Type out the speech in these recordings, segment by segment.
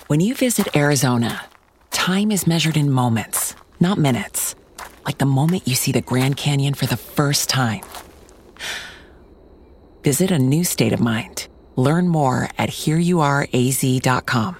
When you visit Arizona, time is measured in moments, not minutes. Like the moment you see the Grand Canyon for the first time. Visit a new state of mind. Learn more at hereyouareaz.com.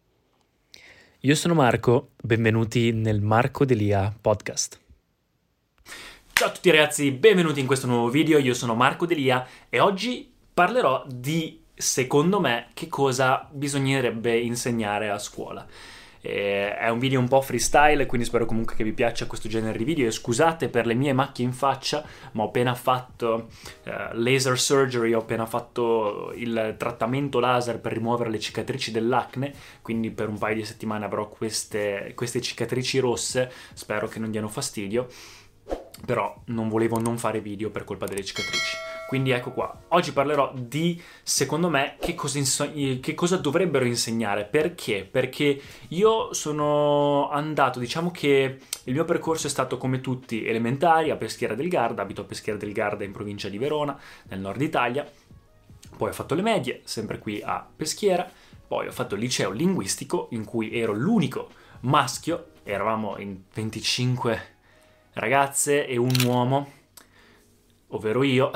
Io sono Marco, benvenuti nel Marco Delia podcast. Ciao a tutti ragazzi, benvenuti in questo nuovo video. Io sono Marco Delia e oggi parlerò di, secondo me, che cosa bisognerebbe insegnare a scuola. È un video un po' freestyle, quindi spero comunque che vi piaccia questo genere di video e scusate per le mie macchie in faccia, ma ho appena fatto laser surgery, ho appena fatto il trattamento laser per rimuovere le cicatrici dell'acne, quindi per un paio di settimane avrò queste cicatrici rosse, spero che non diano fastidio, però non volevo non fare video per colpa delle cicatrici. Quindi ecco qua, oggi parlerò di, secondo me, che cosa dovrebbero insegnare. Perché? Perché io sono andato, diciamo che il mio percorso è stato come tutti elementari a Peschiera del Garda, abito a Peschiera del Garda in provincia di Verona, nel nord Italia, poi ho fatto le medie, sempre qui a Peschiera, poi ho fatto il liceo linguistico in cui ero l'unico maschio, eravamo in 25 ragazze e un uomo, ovvero io,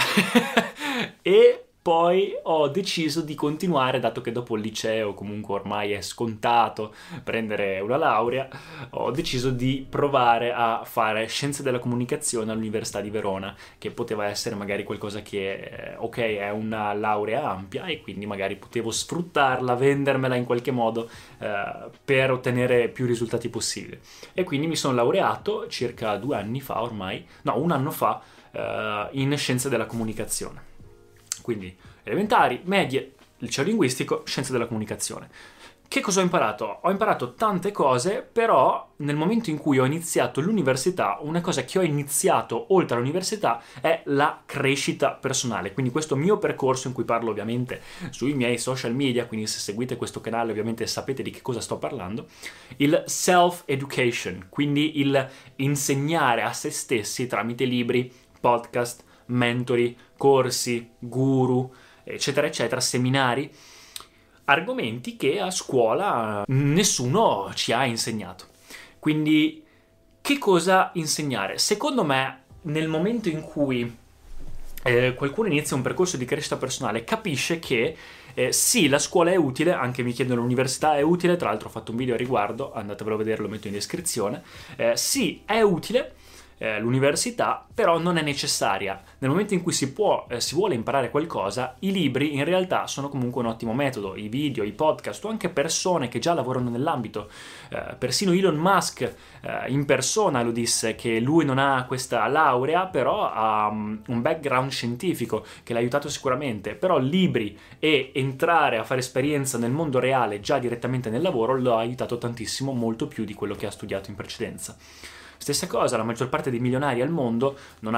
e poi ho deciso di continuare, dato che dopo il liceo comunque ormai è scontato prendere una laurea, ho deciso di provare a fare Scienze della Comunicazione all'Università di Verona, che poteva essere magari qualcosa che, ok, è una laurea ampia e quindi magari potevo sfruttarla, vendermela in qualche modo per ottenere più risultati possibili. E quindi mi sono laureato circa 2 anni fa ormai, no, 1 anno fa, in Scienze della Comunicazione. Quindi elementari, medie, liceo linguistico, Scienze della Comunicazione. Che cosa ho imparato? Ho imparato tante cose, però nel momento in cui ho iniziato l'università, una cosa che ho iniziato oltre all'università è la crescita personale. Quindi questo mio percorso, in cui parlo ovviamente sui miei social media, quindi se seguite questo canale ovviamente sapete di che cosa sto parlando, il self-education, quindi il insegnare a se stessi tramite libri, podcast, mentori, corsi, guru, eccetera eccetera, seminari, argomenti che a scuola nessuno ci ha insegnato. Quindi che cosa insegnare? Secondo me, nel momento in cui qualcuno inizia un percorso di crescita personale, capisce che sì, la scuola è utile, anche mi chiedono l'università è utile, tra l'altro ho fatto un video a riguardo, andatevelo a vedere, lo metto in descrizione, sì, è utile, l'università, però non è necessaria. Nel momento in cui si vuole imparare qualcosa, i libri in realtà sono comunque un ottimo metodo, i video, i podcast o anche persone che già lavorano nell'ambito. Persino Elon Musk in persona lo disse, che lui non ha questa laurea, però ha un background scientifico che l'ha aiutato sicuramente, però libri e entrare a fare esperienza nel mondo reale già direttamente nel lavoro lo ha aiutato tantissimo, molto più di quello che ha studiato in precedenza. Stessa cosa, la maggior parte dei milionari al mondo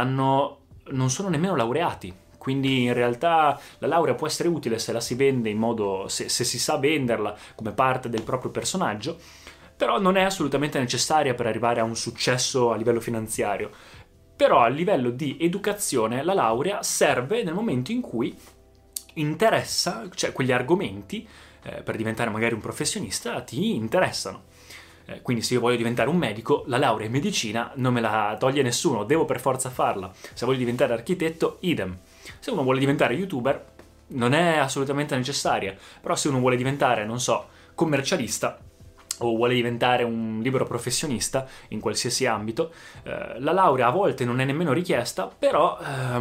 non sono nemmeno laureati, quindi in realtà la laurea può essere utile se la si vende in modo, se si sa venderla come parte del proprio personaggio, però non è assolutamente necessaria per arrivare a un successo a livello finanziario. Però a livello di educazione la laurea serve nel momento in cui interessa, cioè quegli argomenti per diventare magari un professionista ti interessano. Quindi se io voglio diventare un medico, la laurea in medicina non me la toglie nessuno, devo per forza farla. Se voglio diventare architetto, idem. Se uno vuole diventare youtuber, non è assolutamente necessaria, però se uno vuole diventare, non so, commercialista o vuole diventare un libero professionista in qualsiasi ambito, la laurea a volte non è nemmeno richiesta, però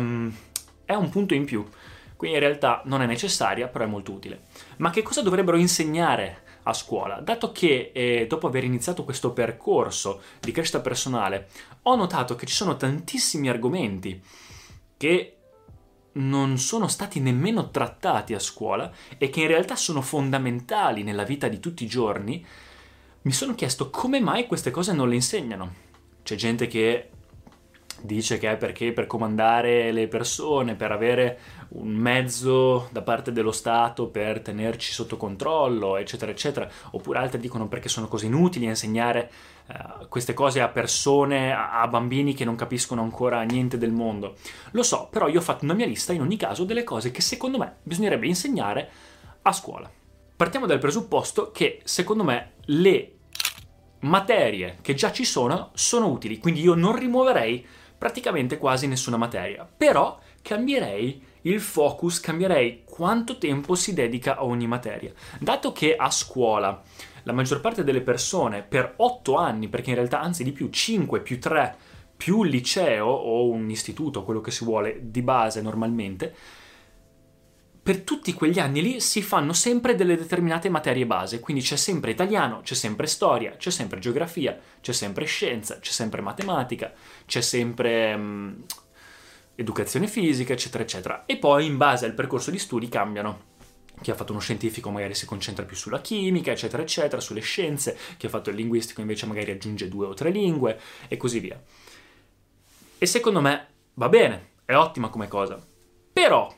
è un punto in più. Quindi in realtà non è necessaria, però è molto utile. Ma che cosa dovrebbero insegnare a scuola? Dato che dopo aver iniziato questo percorso di crescita personale ho notato che ci sono tantissimi argomenti che non sono stati nemmeno trattati a scuola e che in realtà sono fondamentali nella vita di tutti i giorni, mi sono chiesto come mai queste cose non le insegnano. C'è gente che dice che è perché per comandare le persone, per avere un mezzo da parte dello Stato per tenerci sotto controllo, eccetera, eccetera. Oppure altri dicono perché sono cose inutili insegnare queste cose a persone, a bambini che non capiscono ancora niente del mondo. Lo so, però io ho fatto una mia lista in ogni caso delle cose che secondo me bisognerebbe insegnare a scuola. partiamo dal presupposto che secondo me le materie che già ci sono utili, quindi io non rimuoverei praticamente quasi nessuna materia, però cambierei il focus, cambierei quanto tempo si dedica a ogni materia. Dato che a scuola la maggior parte delle persone per 8 anni, perché in realtà anzi di più, 5 più 3 più liceo o un istituto, quello che si vuole di base normalmente, per tutti quegli anni lì si fanno sempre delle determinate materie base, quindi c'è sempre italiano, c'è sempre storia, c'è sempre geografia, c'è sempre scienza, c'è sempre matematica, c'è sempre educazione fisica, eccetera, eccetera. E poi in base al percorso di studi cambiano. Chi ha fatto uno scientifico magari si concentra più sulla chimica, eccetera, eccetera, sulle scienze. Chi ha fatto il linguistico invece magari aggiunge 2 o 3 lingue e così via. E secondo me va bene, è ottima come cosa. Però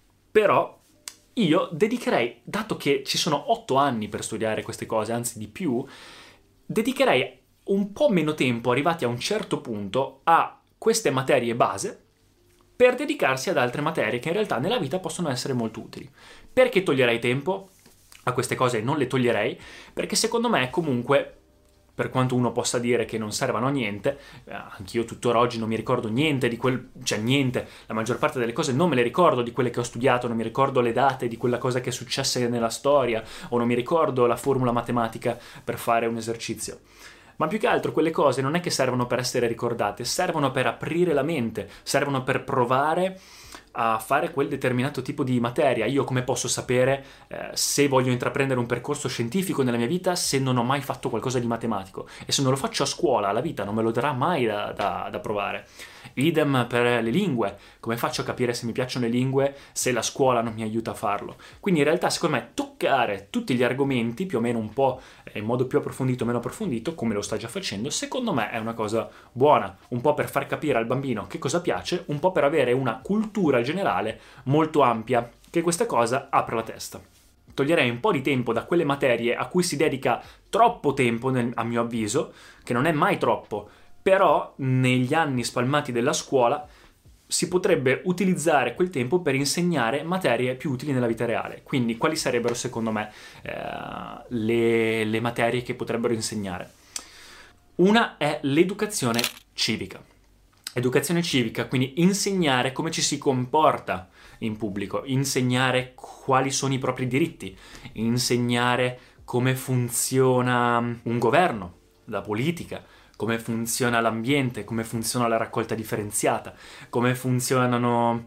io dedicherei, dato che ci sono 8 anni per studiare queste cose, anzi di più, dedicherei un po' meno tempo, arrivati a un certo punto, a queste materie base, per dedicarsi ad altre materie che in realtà nella vita possono essere molto utili. Perché toglierei tempo a queste cose? Non le toglierei, perché secondo me comunque, per quanto uno possa dire che non servano a niente, anch'io tuttora oggi non mi ricordo niente di niente, la maggior parte delle cose non me le ricordo di quelle che ho studiato, non mi ricordo le date di quella cosa che è successa nella storia, o non mi ricordo la formula matematica per fare un esercizio. Ma più che altro quelle cose non è che servono per essere ricordate, servono per aprire la mente, servono per provare a fare quel determinato tipo di materia. Io come posso sapere se voglio intraprendere un percorso scientifico nella mia vita se non ho mai fatto qualcosa di matematico? E se non lo faccio a scuola, la vita non me lo darà mai da provare. Idem per le lingue. Come faccio a capire se mi piacciono le lingue se la scuola non mi aiuta a farlo? Quindi in realtà secondo me toccare tutti gli argomenti più o meno un po' in modo più approfondito o meno approfondito, come lo sta già facendo, secondo me è una cosa buona, un po' per far capire al bambino che cosa piace, un po' per avere una cultura generale molto ampia, che questa cosa apre la testa. Toglierei un po' di tempo da quelle materie a cui si dedica troppo tempo, a mio avviso, che non è mai troppo, però negli anni spalmati della scuola si potrebbe utilizzare quel tempo per insegnare materie più utili nella vita reale. Quindi quali sarebbero secondo me le materie che potrebbero insegnare? Una è l'educazione civica. Educazione civica, quindi insegnare come ci si comporta in pubblico, insegnare quali sono i propri diritti, insegnare come funziona un governo, la politica, come funziona l'ambiente, come funziona la raccolta differenziata, come funzionano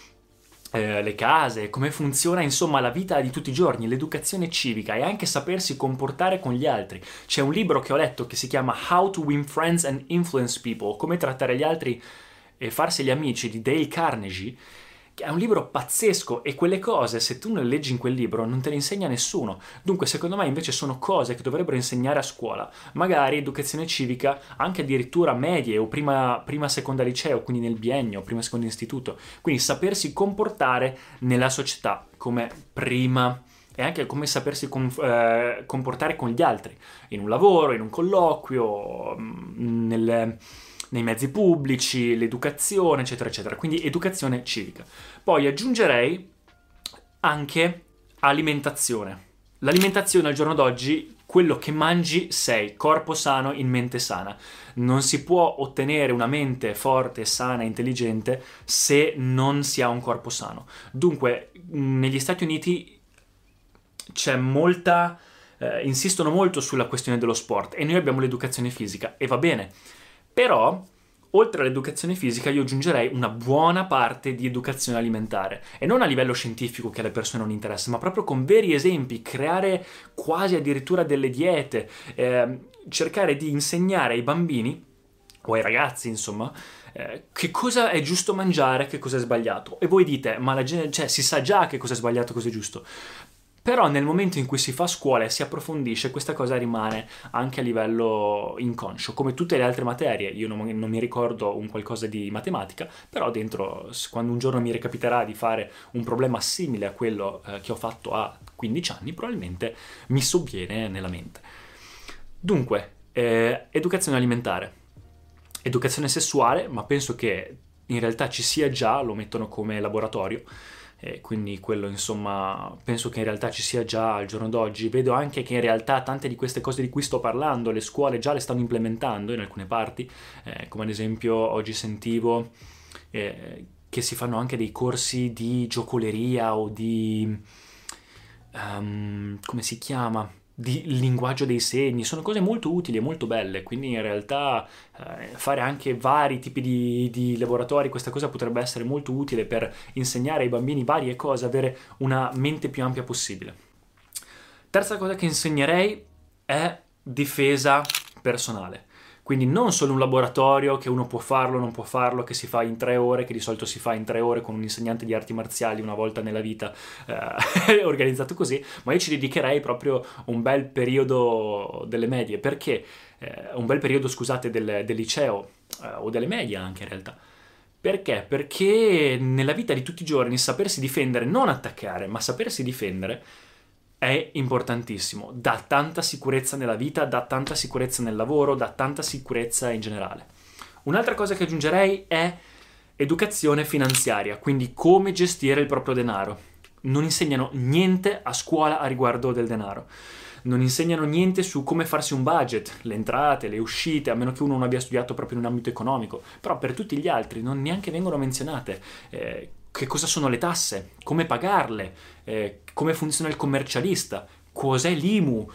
le case, come funziona insomma la vita di tutti i giorni, l'educazione civica e anche sapersi comportare con gli altri. C'è un libro che ho letto che si chiama How to Win Friends and Influence People, come trattare gli altri e farseli amici, di Dale Carnegie, che è un libro pazzesco e quelle cose, se tu non le leggi in quel libro, non te le insegna nessuno. Dunque, secondo me, invece sono cose che dovrebbero insegnare a scuola. Magari educazione civica, anche addirittura medie o prima seconda liceo, quindi nel biennio, prima seconda istituto. Quindi sapersi comportare nella società come prima e anche come sapersi comportare con gli altri, in un lavoro, in un colloquio, nei mezzi pubblici, l'educazione, eccetera, eccetera. Quindi educazione civica. Poi aggiungerei anche alimentazione. L'alimentazione al giorno d'oggi, quello che mangi sei, corpo sano in mente sana. Non si può ottenere una mente forte, sana, intelligente se non si ha un corpo sano. Dunque, negli Stati Uniti c'è insistono molto sulla questione dello sport e noi abbiamo l'educazione fisica e va bene. Però, oltre all'educazione fisica, io aggiungerei una buona parte di educazione alimentare. E non a livello scientifico che alle persone non interessa, ma proprio con veri esempi, creare quasi addirittura delle diete, cercare di insegnare ai bambini, o ai ragazzi insomma, che cosa è giusto mangiare, che cosa è sbagliato. E voi dite, ma la gente, si sa già che cosa è sbagliato e cosa è giusto. Però nel momento in cui si fa scuola e si approfondisce, questa cosa rimane anche a livello inconscio, come tutte le altre materie. Io non mi ricordo un qualcosa di matematica, però dentro, quando un giorno mi recapiterà di fare un problema simile a quello che ho fatto a 15 anni, probabilmente mi sovviene nella mente. Dunque, educazione alimentare, educazione sessuale, ma penso che in realtà ci sia già, lo mettono come laboratorio, e quindi quello insomma penso che in realtà ci sia già al giorno d'oggi. Vedo anche che in realtà tante di queste cose di cui sto parlando le scuole già le stanno implementando in alcune parti, come ad esempio oggi sentivo che si fanno anche dei corsi di giocoleria o di come si chiama? Di linguaggio dei segni. Sono cose molto utili e molto belle, quindi in realtà fare anche vari tipi di laboratori, questa cosa potrebbe essere molto utile per insegnare ai bambini varie cose, avere una mente più ampia possibile. Terza cosa che insegnerei è difesa personale. Quindi non solo un laboratorio che uno può farlo, non può farlo, che si fa in 3 ore, che di solito si fa in 3 ore con un insegnante di arti marziali una volta nella vita, organizzato così, ma io ci dedicherei proprio un bel periodo delle medie. Perché? Un bel periodo, scusate, del liceo, o delle medie anche in realtà. Perché? Perché nella vita di tutti i giorni sapersi difendere, non attaccare, ma sapersi difendere, è importantissimo, dà tanta sicurezza nella vita, dà tanta sicurezza nel lavoro, dà tanta sicurezza in generale. Un'altra cosa che aggiungerei è educazione finanziaria, quindi come gestire il proprio denaro. Non insegnano niente a scuola a riguardo del denaro. Non insegnano niente su come farsi un budget, le entrate, le uscite, a meno che uno non abbia studiato proprio in un ambito economico. Però per tutti gli altri non neanche vengono menzionate. Che cosa sono le tasse, come pagarle, come funziona il commercialista, cos'è l'IMU,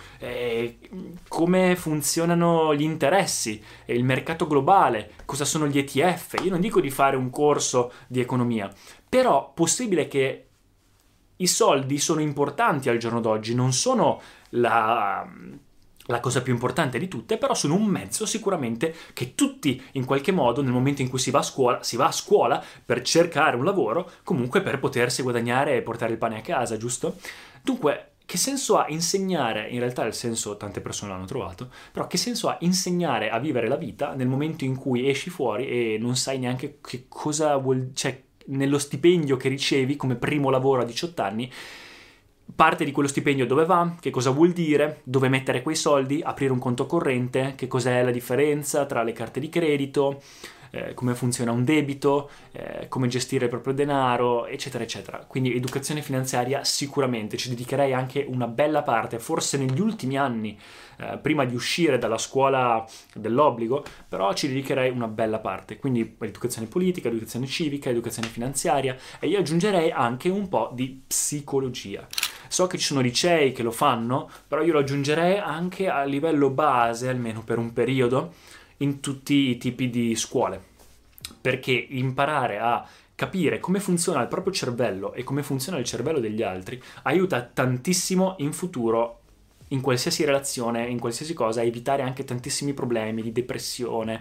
come funzionano gli interessi, il mercato globale, cosa sono gli ETF. Io non dico di fare un corso di economia, però possibile che i soldi sono importanti al giorno d'oggi, non sono la cosa più importante di tutte, però sono un mezzo sicuramente che tutti in qualche modo nel momento in cui si va a scuola per cercare un lavoro, comunque per potersi guadagnare e portare il pane a casa, giusto? Dunque, che senso ha insegnare, in realtà il senso tante persone l'hanno trovato, però che senso ha insegnare a vivere la vita nel momento in cui esci fuori e non sai neanche che cosa vuol, cioè nello stipendio che ricevi come primo lavoro a 18 anni, parte di quello stipendio dove va, che cosa vuol dire, dove mettere quei soldi, aprire un conto corrente, che cos'è la differenza tra le carte di credito, come funziona un debito, come gestire il proprio denaro, eccetera, eccetera. Quindi educazione finanziaria sicuramente, ci dedicherei anche una bella parte, forse negli ultimi anni, prima di uscire dalla scuola dell'obbligo, però ci dedicherei una bella parte. Quindi educazione politica, educazione civica, educazione finanziaria, e io aggiungerei anche un po' di psicologia. So che ci sono licei che lo fanno, però io lo aggiungerei anche a livello base, almeno per un periodo, in tutti i tipi di scuole, perché imparare a capire come funziona il proprio cervello e come funziona il cervello degli altri aiuta tantissimo in futuro, in qualsiasi relazione, in qualsiasi cosa, a evitare anche tantissimi problemi di depressione.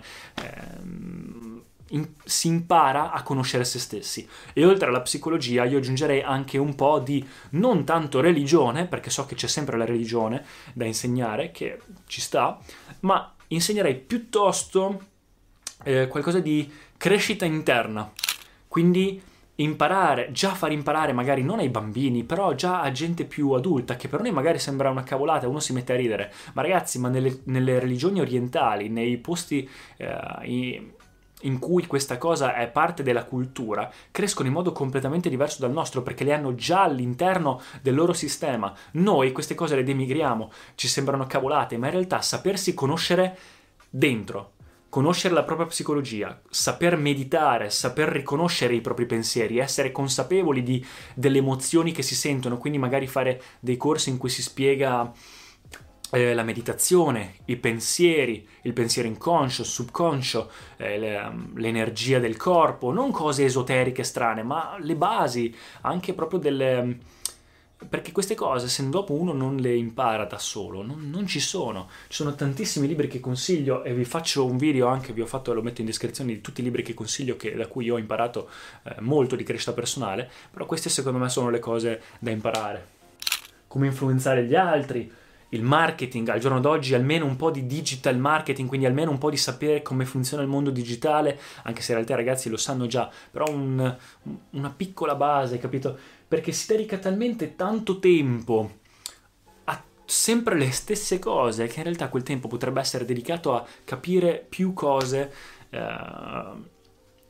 Si impara a conoscere se stessi. E oltre alla psicologia io aggiungerei anche un po' di, non tanto religione, perché so che c'è sempre la religione da insegnare, che ci sta, ma insegnerei piuttosto qualcosa di crescita interna. Quindi far imparare magari non ai bambini, però già a gente più adulta, che per noi magari sembra una cavolata, uno si mette a ridere, ma ragazzi, ma nelle religioni orientali, nei posti in cui questa cosa è parte della cultura, crescono in modo completamente diverso dal nostro, perché le hanno già all'interno del loro sistema. Noi queste cose le demigriamo, ci sembrano cavolate, ma in realtà sapersi conoscere dentro, conoscere la propria psicologia, saper meditare, saper riconoscere i propri pensieri, essere consapevoli delle emozioni che si sentono, quindi magari fare dei corsi in cui si spiega la meditazione, i pensieri, il pensiero inconscio, subconscio, l'energia del corpo, non cose esoteriche strane, ma le basi, anche proprio perché queste cose, se dopo uno non le impara da solo, non ci sono. Ci sono tantissimi libri che consiglio, e vi faccio un video anche, lo metto in descrizione, di tutti i libri che consiglio, da cui io ho imparato molto di crescita personale, però queste secondo me sono le cose da imparare. Come influenzare gli altri, il marketing, al giorno d'oggi almeno un po' di digital marketing, quindi almeno un po' di sapere come funziona il mondo digitale, anche se in realtà i ragazzi lo sanno già, però una piccola base, capito? Perché si dedica talmente tanto tempo a sempre le stesse cose che in realtà quel tempo potrebbe essere dedicato a capire più cose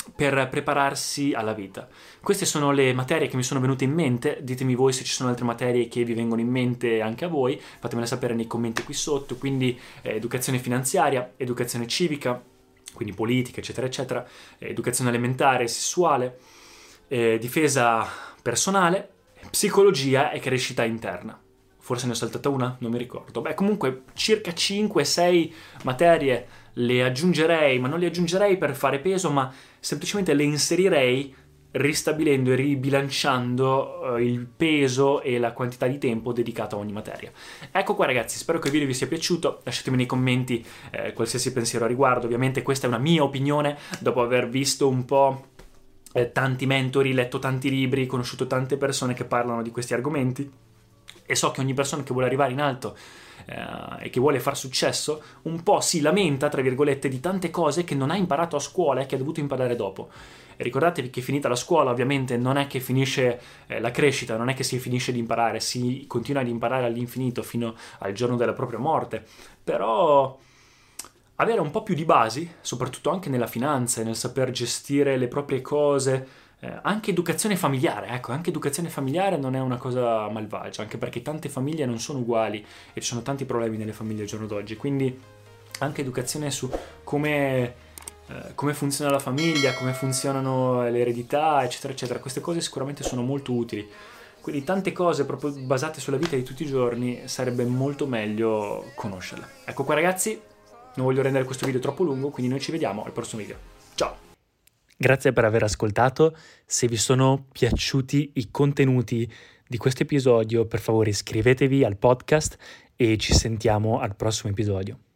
per prepararsi alla vita. Queste sono le materie che mi sono venute in mente. Ditemi voi se ci sono altre materie che vi vengono in mente anche a voi, fatemelo sapere nei commenti qui sotto. Quindi educazione finanziaria, educazione civica, quindi politica, eccetera, eccetera, educazione alimentare, sessuale, difesa personale, psicologia e crescita interna. Forse ne ho saltata una? Non mi ricordo. Comunque circa 5-6 materie le aggiungerei, ma non le aggiungerei per fare peso, ma semplicemente le inserirei ristabilendo e ribilanciando il peso e la quantità di tempo dedicato a ogni materia. Ecco qua ragazzi, spero che il video vi sia piaciuto, lasciatemi nei commenti qualsiasi pensiero a riguardo. Ovviamente questa è una mia opinione, dopo aver visto un po' tanti mentori, letto tanti libri, conosciuto tante persone che parlano di questi argomenti, e so che ogni persona che vuole arrivare in alto e che vuole far successo un po' si lamenta, tra virgolette, di tante cose che non ha imparato a scuola e che ha dovuto imparare dopo. E ricordatevi che finita la scuola ovviamente non è che finisce la crescita, non è che si finisce di imparare, si continua ad imparare all'infinito fino al giorno della propria morte, però avere un po' più di basi, soprattutto anche nella finanza e nel saper gestire le proprie cose, anche educazione familiare, ecco, anche educazione familiare non è una cosa malvagia, anche perché tante famiglie non sono uguali e ci sono tanti problemi nelle famiglie al giorno d'oggi, quindi anche educazione su come funziona la famiglia, come funzionano le eredità, eccetera, eccetera. Queste cose sicuramente sono molto utili. Quindi tante cose proprio basate sulla vita di tutti i giorni sarebbe molto meglio conoscerle. Ecco qua ragazzi, non voglio rendere questo video troppo lungo, quindi noi ci vediamo al prossimo video. Ciao! Grazie per aver ascoltato. Se vi sono piaciuti i contenuti di questo episodio, per favore iscrivetevi al podcast e ci sentiamo al prossimo episodio.